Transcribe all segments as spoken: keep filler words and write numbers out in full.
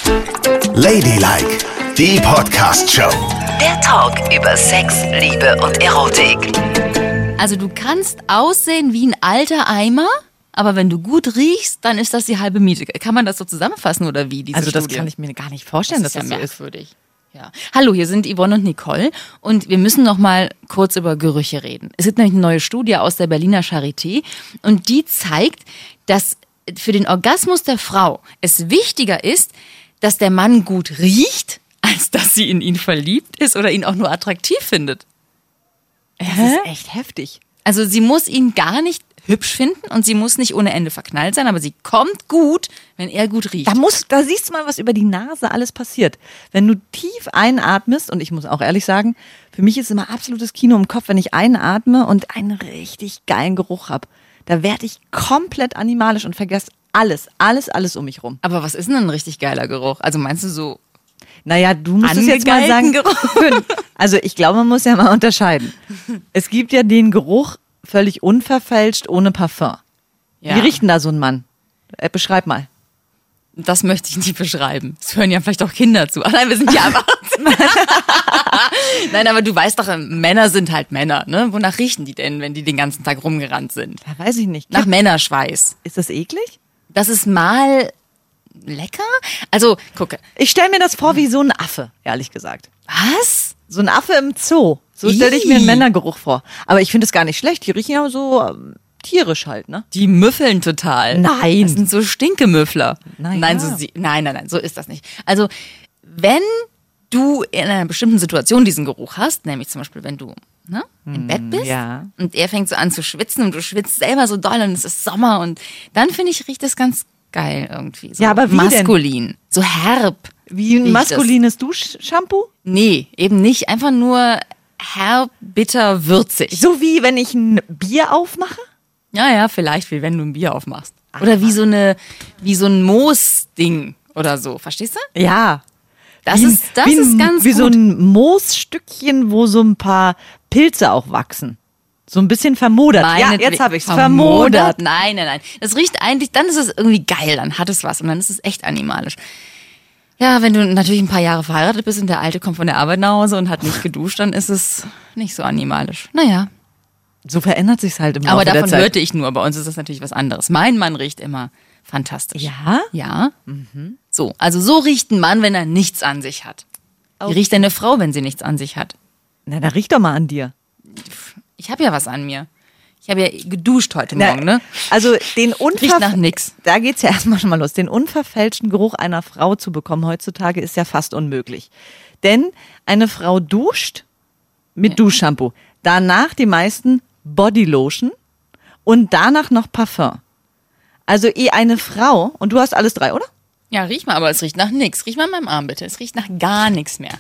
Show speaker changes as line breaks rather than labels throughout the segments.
Ladylike, die Podcast-Show.
Der Talk über Sex, Liebe und Erotik.
Also du kannst aussehen wie ein alter Eimer, aber wenn du gut riechst, dann ist das die halbe Miete. Kann man das so zusammenfassen oder wie, diese
Also das
Studie?
kann ich mir gar nicht vorstellen,
Das
dass
ist
das
ja
so ist.
merkwürdig. Ja. Hallo, hier sind Yvonne und Nicole und wir müssen noch mal kurz über Gerüche reden. Es gibt nämlich eine neue Studie aus der Berliner Charité und die zeigt, dass für den Orgasmus der Frau es wichtiger ist, dass der Mann gut riecht, als dass sie in ihn verliebt ist oder ihn auch nur attraktiv findet.
Das ist echt heftig.
Also sie muss ihn gar nicht hübsch finden und sie muss nicht ohne Ende verknallt sein, aber sie kommt gut, wenn er gut riecht.
Da, muss, da siehst du mal, was über die Nase alles passiert. Wenn du tief einatmest, und ich muss auch ehrlich sagen, für mich ist immer absolutes Kino im Kopf, wenn ich einatme und einen richtig geilen Geruch habe. Da werde ich komplett animalisch und vergesse alles, alles, alles um mich rum.
Aber was ist denn ein richtig geiler Geruch? Also meinst du so,
Naja, du musst es jetzt mal sagen.
Angegeilten
Also ich glaube, man muss ja mal unterscheiden. Es gibt ja den Geruch völlig unverfälscht, ohne Parfum.
ja,
Wie riecht denn da so ein Mann? Äh, beschreib mal.
das möchte ich nicht beschreiben. Es hören ja vielleicht auch Kinder zu. Ach nein, wir sind ja erwachsen. Nein, aber du weißt doch, Männer sind halt Männer, ne? Wonach riechen die denn, wenn die den ganzen Tag rumgerannt sind?
Ja, weiß ich nicht.
Nach Männerschweiß.
Ist das eklig?
Das ist mal lecker. Also, gucke.
Ich stelle mir das vor wie so ein Affe, ehrlich gesagt.
Was?
So ein Affe im Zoo. So stelle ich mir einen
Ih.
Männergeruch vor. Aber ich finde es gar nicht schlecht. Die riechen ja so ähm, tierisch halt, ne?
Die müffeln total.
Nein.
Das sind so Stinkemüffler.
Na
nein,
ja.
so sie, nein, nein, nein, so ist das nicht. Also, wenn du in einer bestimmten Situation diesen Geruch hast, nämlich zum Beispiel, wenn du ne, im Bett bist
ja.
und er fängt so an zu schwitzen und du schwitzt selber so doll und es ist Sommer und dann finde ich, riecht das ganz geil irgendwie. So
Ja, aber wie denn?
maskulin. So herb.
Wie ein
riecht das.
maskulines Duschshampoo?
Nee, eben nicht. Einfach nur herb, bitter, würzig.
So wie wenn ich ein Bier aufmache?
Ja, ja, vielleicht, wie wenn du ein Bier aufmachst. Oder wie so eine, wie so ein Moosding oder so. Verstehst du?
Ja.
Das
wie,
ist, das
wie
ist
ein,
ganz
Wie
gut.
so ein Moosstückchen, wo so ein paar Pilze auch wachsen. So ein bisschen vermodert. Ja,
Meinetwegen-
jetzt habe ich es.
Vermodert.
Vermodert.
Nein, nein, nein. Das riecht eigentlich, dann ist es irgendwie geil, dann hat es was und dann ist es echt animalisch. Ja, wenn du natürlich ein paar Jahre verheiratet bist und der Alte kommt von der Arbeit nach Hause und hat nicht geduscht, dann ist es nicht so animalisch. Naja,
So verändert sich's halt im Laufe
aber
der
davon
Zeit.
hörte ich nur. Bei uns ist das natürlich was anderes. Mein Mann riecht immer fantastisch.
Ja?
Ja. So, also so riecht ein Mann, wenn er nichts an sich hat. Wie riecht denn eine Frau, wenn sie nichts an sich hat?
Na, da riech doch mal an dir.
Ich habe ja was an mir. Ich habe ja geduscht heute
Na,
Morgen, ne?
Also den
Riecht
Unver
nach nix.
Da geht's ja erstmal schon mal los. Den unverfälschten Geruch einer Frau zu bekommen heutzutage ist ja fast unmöglich. Denn eine Frau duscht mit Duschshampoo. Danach die meisten Bodylotion und danach noch Parfum. Also eh eine Frau, und du hast alles drei, oder?
Ja, riech mal, aber es riecht nach nix. Riech mal an meinem Arm, bitte. Es riecht nach gar nichts mehr.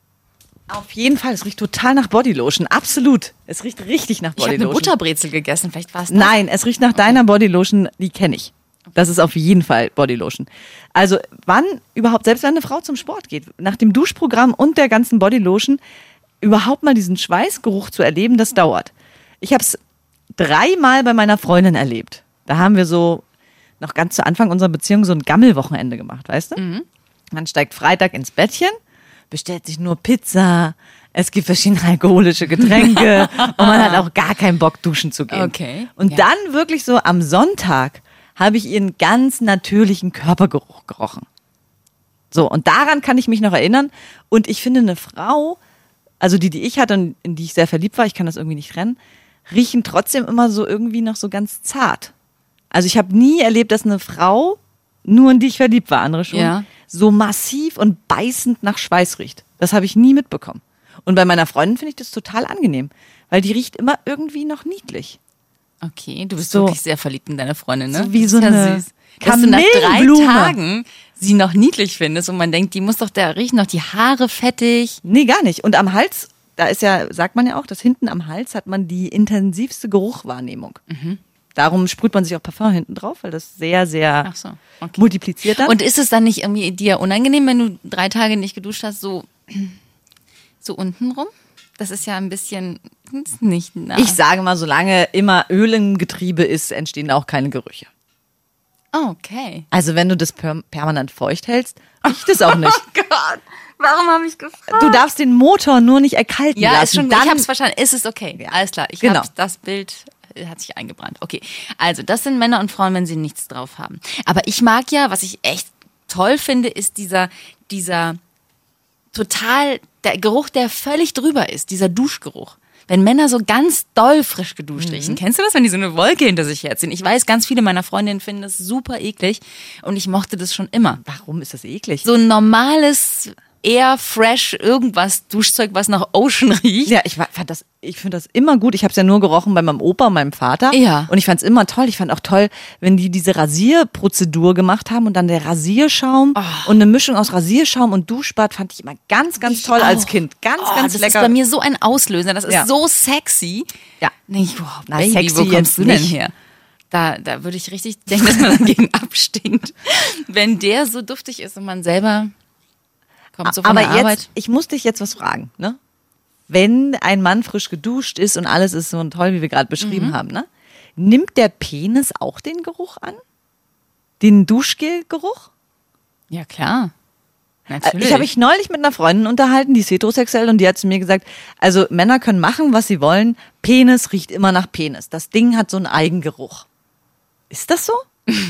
Auf jeden Fall, es riecht total nach Bodylotion, absolut. Es riecht richtig nach
Ich habe
Bodylotion.
eine Butterbrezel gegessen, vielleicht war es das.
Nein, es riecht nach deiner Bodylotion, die kenne ich. Das ist auf jeden Fall Bodylotion. Also wann überhaupt, selbst wenn eine Frau zum Sport geht, nach dem Duschprogramm und der ganzen Bodylotion, überhaupt mal diesen Schweißgeruch zu erleben, das dauert. Ich habe es dreimal bei meiner Freundin erlebt. Da haben wir so noch ganz zu Anfang unserer Beziehung so ein Gammelwochenende gemacht, weißt du?
Mhm.
Man steigt Freitag ins Bettchen, bestellt sich nur Pizza, es gibt verschiedene alkoholische Getränke und man hat auch gar keinen Bock, duschen zu gehen.
Okay,
Und
ja.
dann wirklich so am Sonntag habe ich ihren ganz natürlichen Körpergeruch gerochen. So, und daran kann ich mich noch erinnern. Und ich finde, eine Frau, also die, die ich hatte und in die ich sehr verliebt war, ich kann das irgendwie nicht trennen, riechen trotzdem immer so irgendwie noch so ganz zart. Also ich habe nie erlebt, dass eine Frau, nur in die ich verliebt war, andere schon,
Ja.
so massiv und beißend nach Schweiß riecht. Das habe ich nie mitbekommen. Und bei meiner Freundin finde ich das total angenehm, weil die riecht immer irgendwie noch niedlich.
Okay, du bist
So.
wirklich sehr verliebt in deine Freundin, ne?
So wie
Das
so
ist ja
eine
süß. Dass du nach drei
Kamillenblume.
Tagen sie noch niedlich findest und man denkt, die muss doch, da riechen noch die Haare fettig.
Nee, gar nicht. Und am Hals, da ist ja, sagt man ja auch, dass hinten am Hals hat man die intensivste Geruchwahrnehmung. Darum sprüht man sich auch Parfum hinten drauf, weil das sehr, sehr
Ach so, okay.
multipliziert dann.
Und ist es dann nicht irgendwie dir unangenehm, wenn du drei Tage nicht geduscht hast, so, so unten rum? Das ist ja ein bisschen nicht nah.
ich sage mal, solange immer Öl im Getriebe ist, entstehen auch keine Gerüche.
Okay.
Also wenn du das per permanent feucht hältst, riecht es auch nicht.
Oh Gott, warum habe ich gefragt?
Du darfst den Motor nur nicht erkalten
Ja,
lassen.
ist schon,
Dann,
ich habe es verstanden. Ist es okay? Alles klar. Ich
Genau.
habe das Bild äh, hat sich eingebrannt. Okay, also das sind Männer und Frauen, wenn sie nichts drauf haben. Aber ich mag ja, was ich echt toll finde, ist dieser dieser total der Geruch, der völlig drüber ist, dieser Duschgeruch. Wenn Männer so ganz doll frisch geduscht riechen. Kennst du das, wenn die so eine Wolke hinter sich herziehen? Ich weiß, ganz viele meiner Freundinnen finden das super eklig und ich mochte das schon immer.
Warum ist das eklig?
So ein normales, eher fresh irgendwas Duschzeug, was nach Ocean riecht.
Ja, ich wa- fand das, ich finde das immer gut. Ich habe es ja nur gerochen bei meinem Opa und meinem Vater.
Ja.
Und ich fand es immer toll. Ich fand auch toll, wenn die diese Rasierprozedur gemacht haben und dann der Rasierschaum und eine Mischung aus Rasierschaum und Duschbad fand ich immer ganz, ganz
Ich
toll als
auch.
Kind. Ganz,
Oh,
ganz
das
lecker.
ist bei mir so ein Auslöser. Das ist
Ja.
so sexy.
Ja.
Denk ich, wow,
Na,
Baby,
sexy
wo kommst
jetzt
du denn
nicht.
her? Da, da würde ich richtig denken, dass man dagegen abstinkt. Wenn der so duftig ist und man selber kommt so von
Aber
der Arbeit.
jetzt, ich muss dich jetzt was fragen, ne? Wenn ein Mann frisch geduscht ist und alles ist so toll, wie wir gerade beschrieben
Mhm.
haben, ne? Nimmt der Penis auch den Geruch an? Den Duschgelgeruch?
Ja, klar. Natürlich.
Ich habe mich neulich mit einer Freundin unterhalten, die ist heterosexuell und die hat zu mir gesagt, also Männer können machen, was sie wollen, Penis riecht immer nach Penis. Das Ding hat so einen Eigengeruch. Ist das so?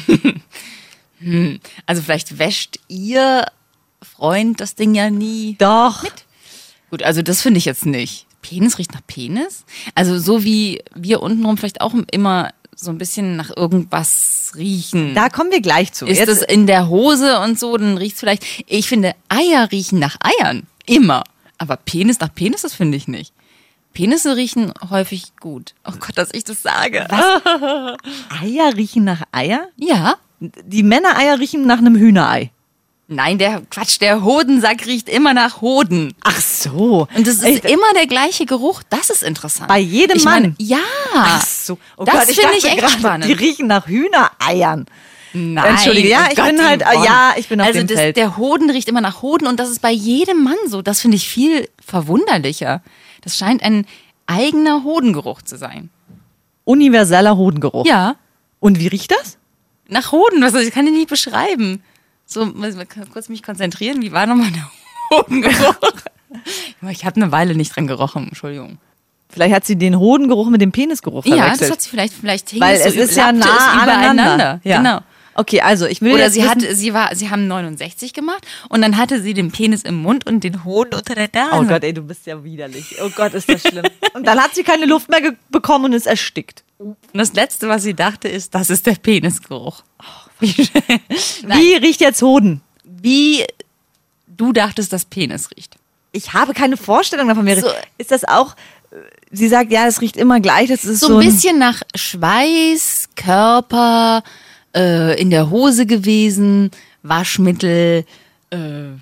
Also vielleicht wäscht ihr Freund das Ding ja nie.
Doch.
Gut, also das finde ich jetzt nicht. Penis riecht nach Penis? Also so wie wir untenrum vielleicht auch immer so ein bisschen nach irgendwas riechen.
Da kommen wir gleich zu.
Ist
Jetzt-
es in der Hose und so, dann riecht's vielleicht. Ich finde, Eier riechen nach Eiern. Immer. Aber Penis nach Penis, das finde ich nicht. Penisse riechen häufig gut. Oh Gott, dass ich das sage.
Eier riechen nach Eier?
Ja.
Die Männereier riechen nach einem Hühnerei.
Nein, der Quatsch, der Hodensack riecht immer nach Hoden.
Ach so.
Und das ist
Echt?
immer der gleiche Geruch. Das ist interessant.
Bei jedem
ich
Mann?
Meine, ja.
Ach so. Oh
das
Gott, ich
finde ich
dachte
echt
gerade,
spannend.
Die riechen nach Hühnereiern.
Nein,
Entschuldige, ja,
oh
ich
Gott,
bin halt,
Yvonne.
ja, ich bin auf
also
dem
das,
Feld.
der Hoden riecht immer nach Hoden und das ist bei jedem Mann so. Das finde ich viel verwunderlicher. Das scheint ein eigener Hodengeruch zu sein.
Universeller Hodengeruch.
Ja,
Und wie riecht das?
nach Hoden. Was, ich kann den nicht beschreiben. So, muss ich kurz mich konzentrieren. Wie war nochmal der Hodengeruch? Ich habe eine Weile nicht dran gerochen. Entschuldigung.
Vielleicht hat sie den Hodengeruch mit dem Penisgeruch
Ja,
verwechselt.
das hat sie vielleicht, vielleicht hing
Weil
es, so,
es ist ja
lappte
nah
es
aneinander.
übereinander.
Ja.
Genau.
Okay, also ich will
Oder
jetzt
sie
wissen,
hat, sie war, sie haben neunundsechzig gemacht und dann hatte sie den Penis im Mund und den Hoden unter der Nase.
oh Gott, ey, du bist ja widerlich. Oh Gott, ist das schlimm. Und dann hat sie keine Luft mehr ge- bekommen und ist erstickt.
Und das Letzte, was sie dachte, ist, das ist der Penisgeruch.
Wie riecht jetzt Hoden?
Wie du dachtest, dass Penis riecht.
Ich habe keine Vorstellung davon. Mary.
So-
Ist das auch, äh, sie sagt, ja, es riecht immer gleich. Das ist
So,
so,
ein bisschen nach Schweiß, Körper, äh, in der Hose gewesen, Waschmittel, äh,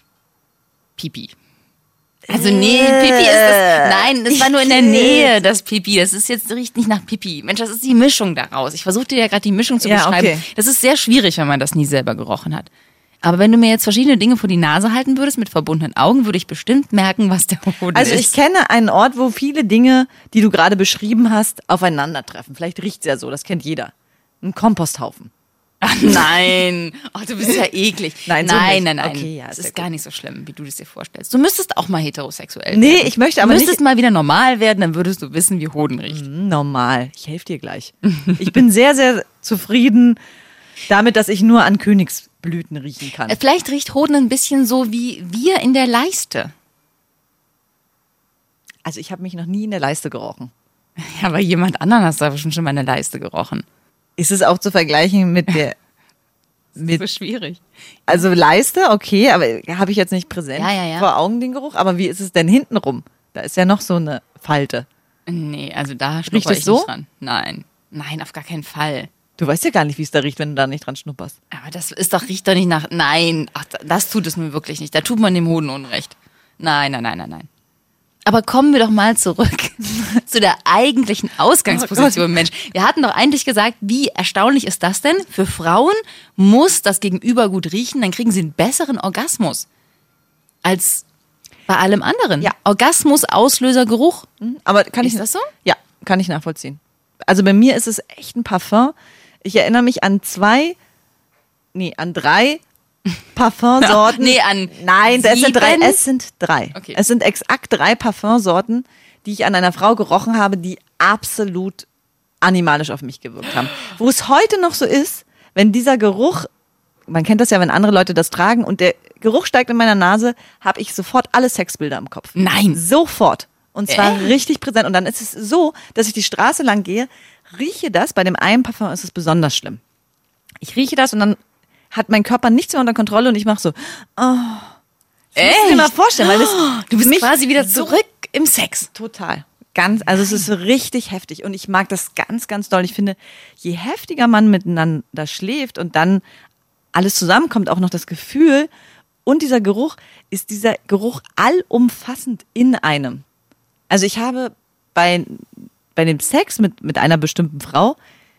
Pipi. Also nee, Pipi ist das, nein, das war nur in der Nähe, das Pipi. Das ist jetzt, riecht nicht nach Pipi. Mensch, das ist die Mischung daraus. Ich versuchte ja gerade die Mischung zu
Ja,
beschreiben.
okay.
Das ist sehr schwierig, wenn man das nie selber gerochen hat. Aber wenn du mir jetzt verschiedene Dinge vor die Nase halten würdest mit verbundenen Augen, würde ich bestimmt merken, was der Hoden
Also ich
ist.
kenne einen Ort, wo viele Dinge, die du gerade beschrieben hast, aufeinandertreffen. Vielleicht riecht es ja so, das kennt jeder. Ein Komposthaufen.
Ach, nein, oh, du bist ja eklig.
Nein, so
nein,
nicht.
nein, nein.
Okay, ja,
das
ist ja
ist gar nicht so schlimm, wie du das dir vorstellst. Du müsstest auch mal heterosexuell
Nee,
werden.
ich möchte
du
aber
müsstest
nicht-
mal wieder normal werden, dann würdest du wissen, wie Hoden riecht.
Hm, Normal. Ich helfe dir gleich. Ich bin sehr, sehr zufrieden damit, dass ich nur an Königsblüten riechen kann.
Äh, Vielleicht riecht Hoden ein bisschen so wie wir in der Leiste.
Also ich habe mich noch nie in der Leiste gerochen.
Ja, aber jemand anderen hast du aber schon schon mal in der Leiste gerochen.
Ist es auch zu vergleichen mit der, mit,
So schwierig.
also Leiste, okay, aber habe ich jetzt nicht präsent
Ja, ja, ja.
vor Augen den Geruch. Aber wie ist es denn hintenrum? Da ist ja noch so eine Falte.
Nee, also da
Riecht
schnupper
es
ich
so?
nicht dran. Nein, nein, auf gar keinen Fall.
Du weißt ja gar nicht, wie es da riecht, wenn du da nicht dran schnupperst.
Aber das ist doch, riecht doch nicht nach, nein, ach, das tut es mir wirklich nicht. Da tut man dem Hoden Unrecht. Nein, nein, nein, nein, nein. Aber kommen wir doch mal zurück zu der eigentlichen Ausgangsposition, Mensch. Wir hatten doch eigentlich gesagt, wie erstaunlich ist das denn? Für Frauen muss das Gegenüber gut riechen, dann kriegen sie einen besseren Orgasmus als bei allem anderen.
Ja.
Orgasmus, Auslöser, Geruch.
Aber kann
Ist
ich
das so?
Ja, kann ich nachvollziehen. Also bei mir ist es echt ein Parfum. Ich erinnere mich an zwei nee, an drei Parfumsorten.
Nee, an
Nein, es sind drei.
sieben?
Es sind drei.
Okay.
Es sind exakt drei Parfumsorten, die ich an einer Frau gerochen habe, die absolut animalisch auf mich gewirkt haben. Wo es heute noch so ist, wenn dieser Geruch, man kennt das ja, wenn andere Leute das tragen und der Geruch steigt in meiner Nase, habe ich sofort alle Sexbilder im Kopf.
Nein.
Sofort. Und zwar
Äh?
richtig präsent. Und dann ist es so, dass ich die Straße lang gehe, rieche das, bei dem einen Parfum ist es besonders schlimm. Ich rieche das und dann hat mein Körper nichts mehr unter Kontrolle und ich mache so, oh. Das musst du dir mal vorstellen, weil das
Du bist
mich
quasi wieder
so
zurück im Sex.
total. Ganz, also es ist so richtig heftig und ich mag das ganz, ganz doll. Ich finde, je heftiger man miteinander schläft und dann alles zusammenkommt, auch noch das Gefühl und dieser Geruch, ist dieser Geruch allumfassend in einem. Also ich habe bei, bei dem Sex mit, mit einer bestimmten Frau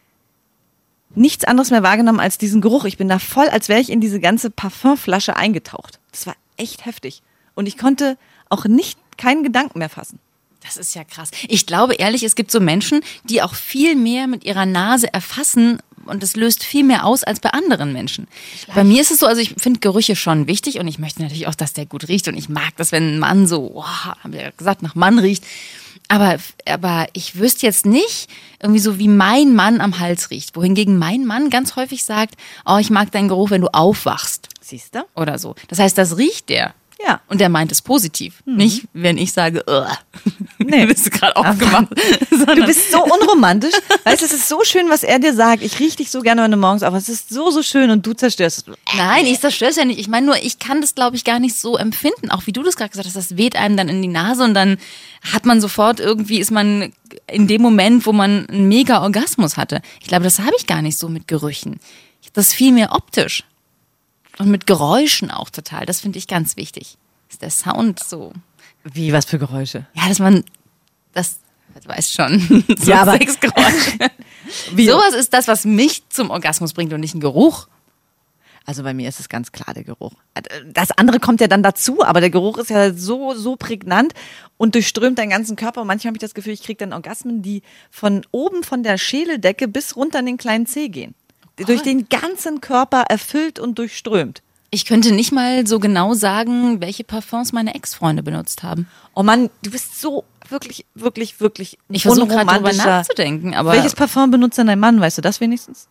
nichts anderes mehr wahrgenommen als diesen Geruch. Ich bin da voll, als wäre ich in diese ganze Parfumflasche eingetaucht. Das war echt heftig. Und ich konnte auch nicht keinen Gedanken mehr fassen.
Das ist ja krass. Ich glaube ehrlich, es gibt so Menschen, die auch viel mehr mit ihrer Nase erfassen und das löst viel mehr aus als bei anderen Menschen. Bei mir ist es so, also ich finde Gerüche schon wichtig und ich möchte natürlich auch, dass der gut riecht und ich mag das, wenn ein Mann so, oh, haben wir ja gesagt, nach Mann riecht. Aber, aber ich wüsste jetzt nicht irgendwie so, wie mein Mann am Hals riecht. Wohingegen mein Mann ganz häufig sagt, oh, ich mag deinen Geruch, wenn du aufwachst.
Siehst du?
Oder so. Das heißt, das riecht der.
Ja.
Und der meint es positiv. Mhm. Nicht, wenn ich sage, Ugh.
Nee.
Bist du gerade aufgemacht.
Du bist so unromantisch. Weißt du, es ist so schön, was er dir sagt. Ich riech dich so gerne, wenn du morgens auf. Es ist so, so schön und du zerstörst es.
Nein, ich zerstöre es ja nicht. Ich meine nur, ich kann das, glaube ich, gar nicht so empfinden. Auch wie du das gerade gesagt hast, das weht einem dann in die Nase und dann hat man sofort irgendwie, ist man in dem Moment, wo man einen mega Orgasmus hatte. Ich glaube, das habe ich gar nicht so mit Gerüchen. Das ist viel mehr optisch. Und mit Geräuschen auch total. Das finde ich ganz wichtig. Ist der Sound so.
Wie, was für Geräusche?
Ja, dass man das, du weißt schon, so
Ja, aber-
Sexgeräusche.
Wie?
Sowas ist das, was mich zum Orgasmus bringt und nicht ein Geruch.
Also bei mir ist es ganz klar der Geruch. Das andere kommt ja dann dazu, aber der Geruch ist ja so, so prägnant und durchströmt deinen ganzen Körper. Und manchmal habe ich das Gefühl, ich kriege dann Orgasmen, die von oben von der Schädeldecke bis runter in den kleinen Zeh gehen. Die durch den ganzen Körper erfüllt und durchströmt.
Ich könnte nicht mal so genau sagen, welche Parfums meine Ex-Freunde benutzt haben.
Oh Mann, du bist so wirklich, wirklich, wirklich
Ich versuche gerade drüber
unromantischer.
nachzudenken, aber
Welches Parfum benutzt denn dein Mann? Weißt du das wenigstens?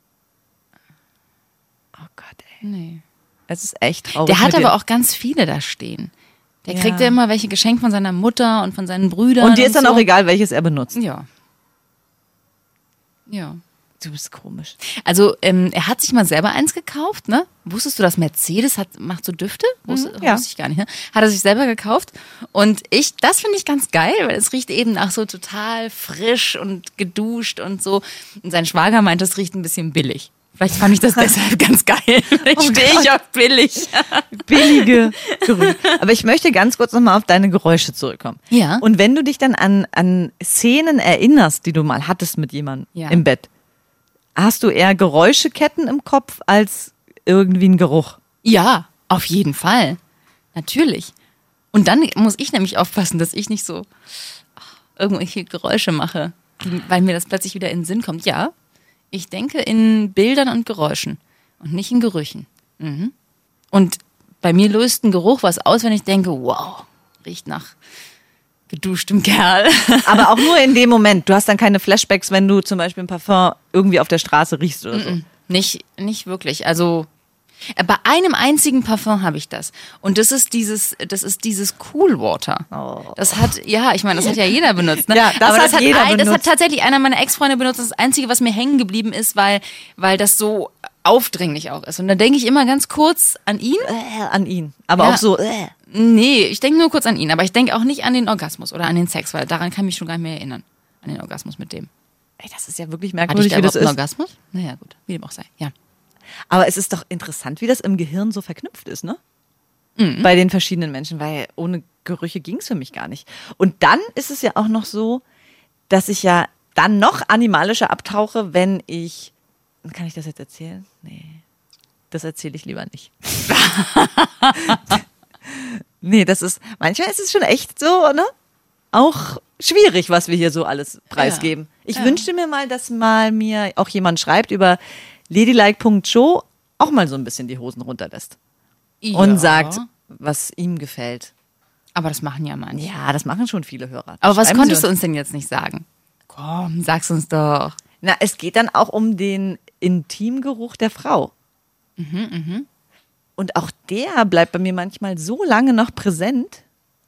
Oh Gott, ey.
nee.
Es ist echt traurig.
Der hat
mit dir.
aber auch ganz viele da stehen. Der
Ja.
kriegt ja immer welche geschenkt von seiner Mutter und von seinen Brüdern.
Und dir ist dann
so.
auch egal, welches er benutzt.
Ja. Ja.
Du bist komisch.
Also ähm, er hat sich mal selber eins gekauft, ne? Wusstest du, dass Mercedes hat, macht so Düfte? Wusste,
ja.
wusste ich gar nicht, ne? Hat er sich selber gekauft. Und ich, das finde ich ganz geil, weil es riecht eben nach so total frisch und geduscht und so. Und sein Schwager meint, das riecht ein bisschen billig. Vielleicht fand ich das deshalb ganz geil. Vielleicht
Oh
stehe ich auf billig.
Billige Gerüche. Aber ich möchte ganz kurz nochmal auf deine Geräusche zurückkommen.
Ja.
Und wenn du dich dann an, an Szenen erinnerst, die du mal hattest mit jemandem
Ja.
im Bett, hast du eher Geräuscheketten im Kopf als irgendwie einen Geruch?
Ja, auf jeden Fall. Natürlich. Und dann muss ich nämlich aufpassen, dass ich nicht so irgendwelche Geräusche mache, die, weil mir das plötzlich wieder in den Sinn kommt. Ja, ich denke in Bildern und Geräuschen und nicht in Gerüchen. Mhm. Und bei mir löst ein Geruch was aus, wenn ich denke, wow, riecht nach geduschtem Kerl.
Aber auch nur in dem Moment. Du hast dann keine Flashbacks, wenn du zum Beispiel ein Parfum irgendwie auf der Straße riechst oder so.
Nicht, nicht wirklich. Also äh, bei einem einzigen Parfum habe ich das. Und das ist dieses, das ist dieses Cool Water.
Oh.
Das hat, ja, ich meine, das hat ja jeder benutzt. Ne?
Ja, das
Aber
hat
das hat
jeder
ein, Das hat
benutzt.
tatsächlich einer meiner Ex-Freunde benutzt. Das ist das Einzige, was mir hängen geblieben ist, weil, weil das so aufdringlich auch ist. Und da denke ich immer ganz kurz an ihn.
Äh, an ihn. Aber
Ja.
auch so. Äh.
Nee, ich denke nur kurz an ihn. Aber ich denke auch nicht an den Orgasmus oder an den Sex, weil daran kann ich mich schon gar nicht mehr erinnern. An den Orgasmus mit dem.
Ey, das ist ja wirklich
Hatte ich
merkwürdig,
da
wie das
überhaupt einen
ist.
Orgasmus? Naja, gut. Wie dem auch sei. Ja.
Aber es ist doch interessant, wie das im Gehirn so verknüpft ist, ne? Bei den verschiedenen Menschen, weil ohne Gerüche ging es für mich gar nicht. Und dann ist es ja auch noch so, dass ich ja dann noch animalischer abtauche, wenn ich. Kann ich das jetzt erzählen? Nee. Das erzähle ich lieber nicht. Nee, das ist. Manchmal ist es schon echt so, ne? Auch schwierig, was wir hier so alles preisgeben. Ich
Ja.
wünschte mir mal, dass mal mir auch jemand schreibt über ladylike punkt show auch mal so ein bisschen die Hosen runterlässt.
Ja.
Und sagt, was ihm gefällt.
Aber das machen ja manche.
Ja, das machen schon viele Hörer.
Aber was
Schreiben
konntest
Sie
du uns denn jetzt nicht sagen? Komm, sag's uns doch.
Na, es geht dann auch um den Intimgeruch der Frau.
Mhm,
Und auch der bleibt bei mir manchmal so lange noch präsent,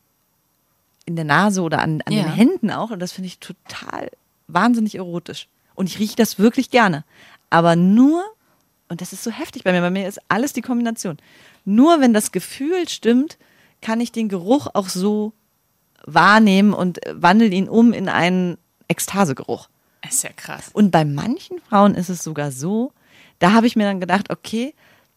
in der Nase oder an, an
Ja.
den Händen auch. Und das finde ich total wahnsinnig erotisch. Und ich rieche das wirklich gerne. Aber nur, und das ist so heftig bei mir, bei mir ist alles die Kombination. Nur wenn das Gefühl stimmt, kann ich den Geruch auch so wahrnehmen und wandle ihn um in einen Ekstasegeruch.
Ist ja krass.
Und bei manchen Frauen ist es sogar so, da habe ich mir dann gedacht, okay,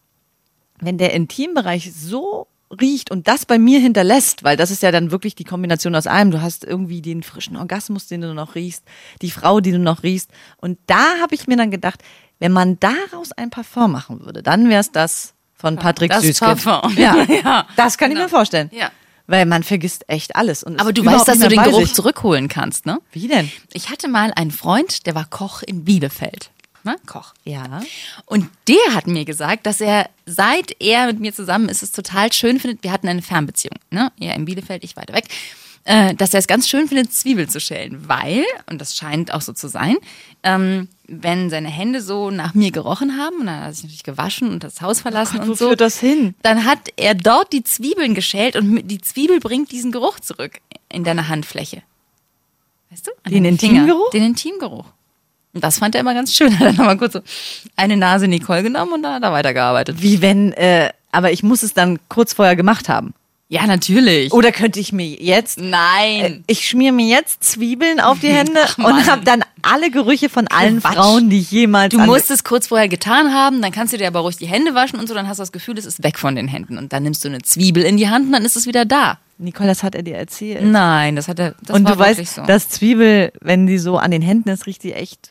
wenn der Intimbereich so riecht und das bei mir hinterlässt, weil das ist ja dann wirklich die Kombination aus allem, du hast irgendwie den frischen Orgasmus, den du noch riechst, die Frau, die du noch riechst, und da habe ich mir dann gedacht, wenn man daraus ein Parfum machen würde, dann wäre es das von Patrick
Das
Süßkind.
Parfum.
Ja,
Ja,
das kann ich
genau.
mir vorstellen.
Ja.
Weil man vergisst echt alles. Und
Aber
ist
du
überhaupt
weißt, dass
nicht
du den
mehr bei
Geruch
sich.
zurückholen kannst, ne?
Wie denn?
Ich hatte mal einen Freund, der war Koch in Bielefeld. Ne? Koch.
Ja.
Und der hat mir gesagt, dass er, seit er mit mir zusammen ist, es total schön findet, wir hatten eine Fernbeziehung, ne? Er in Bielefeld, ich weiter weg, äh, dass er es ganz schön findet, Zwiebeln zu schälen, weil, und das scheint auch so zu sein, ähm, wenn seine Hände so nach mir gerochen haben, und dann hat er sich natürlich gewaschen und das Haus verlassen
Gott,
und
wo
so,
führt das hin?
dann hat er dort die Zwiebeln geschält und mit- die Zwiebel bringt diesen Geruch zurück in deine Handfläche. Weißt du? An
Den
deine Finger.
Intimgeruch?
Den Intimgeruch. Und das fand er immer ganz schön. Hat er nochmal kurz so eine Nase Nicole genommen und dann hat er weitergearbeitet.
Wie wenn, äh, aber ich muss es dann kurz vorher gemacht haben.
Ja, natürlich.
Oder könnte ich mir jetzt,
Nein.
ich schmier mir jetzt Zwiebeln auf die Hände
Ach, Mann.
und habe dann alle Gerüche von allen
Quatsch.
Frauen, die ich jemals
Du
an-
musst es kurz vorher getan haben, dann kannst du dir aber ruhig die Hände waschen und so, dann hast du das Gefühl, es ist weg von den Händen. Und dann nimmst du eine Zwiebel in die Hand und dann ist es wieder da.
Nicole, das hat er dir erzählt.
Nein, das hat er, das
und
war
du weißt,
wirklich so.
dass Zwiebel, wenn die so an den Händen ist, riecht die echt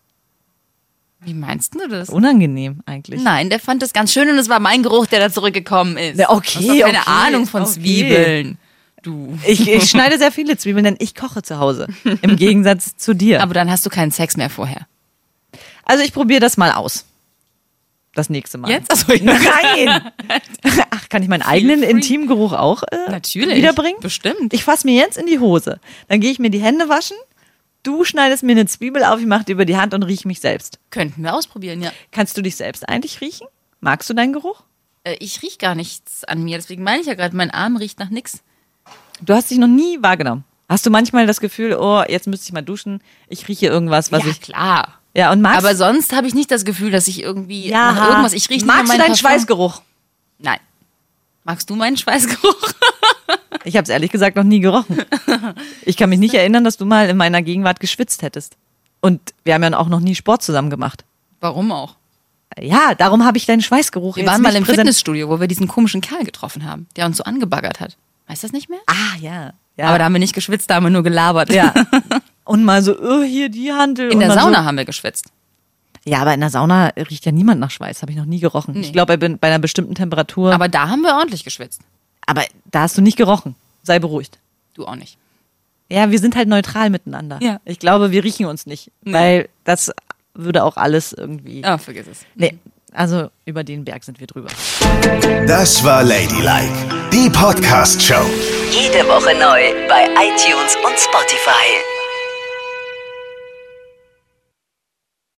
Wie meinst du das?
unangenehm eigentlich.
Nein, der fand das ganz schön und es war mein Geruch, der da zurückgekommen ist.
Na, okay,
du hast doch keine
okay,
Ahnung von
okay.
Zwiebeln. Du.
Ich, ich schneide sehr viele Zwiebeln, denn ich koche zu Hause. Im Gegensatz zu dir.
Aber dann hast du keinen Sex mehr vorher.
Also ich probiere das mal aus. Das nächste Mal.
Jetzt? Achso, ja.
Nein! Ach, kann ich meinen eigenen
free.
Intimgeruch auch äh,
Natürlich.
wiederbringen?
Bestimmt.
Ich fasse mir jetzt in die Hose. Dann gehe ich mir die Hände waschen. Du schneidest mir eine Zwiebel auf, ich mache die über die Hand und riech mich selbst.
Könnten wir ausprobieren, ja.
Kannst du dich selbst eigentlich riechen? Magst du deinen Geruch?
Äh, Ich riech gar nichts an mir, deswegen meine ich ja gerade, mein Arm riecht nach nix.
Du hast dich noch nie wahrgenommen. Hast du manchmal das Gefühl, oh, jetzt müsste ich mal duschen, ich rieche irgendwas, was
ja,
ich...
klar.
Ja, und magst
Aber sonst habe ich nicht das Gefühl, dass ich irgendwie
ja,
nach irgendwas, ich rieche nicht
magst
nach
du
meinem
deinen
Parfum.
Schweißgeruch?
Nein. Magst du meinen Schweißgeruch?
Ich habe es ehrlich gesagt noch nie gerochen. Ich kann mich nicht erinnern, dass du mal in meiner Gegenwart geschwitzt hättest. Und wir haben ja auch noch nie Sport zusammen gemacht.
Warum auch?
Ja, darum habe ich deinen Schweißgeruch
Wir
jetzt
waren mal
nicht
im
präsent.
Fitnessstudio, wo wir diesen komischen Kerl getroffen haben, der uns so angebaggert hat. Weißt du das nicht mehr?
Ah, ja. ja.
Aber da haben wir nicht geschwitzt, da haben wir nur gelabert.
ja. Und mal so, oh, hier die Handel.
In
und
der
dann
Sauna
So.
haben wir geschwitzt.
Ja, aber in der Sauna riecht ja niemand nach Schweiß. Habe ich noch nie gerochen.
Nee.
Ich glaube, bei, bei einer bestimmten Temperatur. Aber,
Aber da haben wir ordentlich geschwitzt.
aber da hast du nicht gerochen. Sei beruhigt.
Du auch nicht.
Ja, wir sind halt neutral miteinander.
Ja.
Ich glaube, wir riechen uns nicht.
Nee.
Weil das würde auch alles irgendwie.
Ah, vergiss es.
Nee, also über den Berg sind wir drüber.
Das war Ladylike, die Podcast-Show.
Jede Woche neu bei iTunes und Spotify.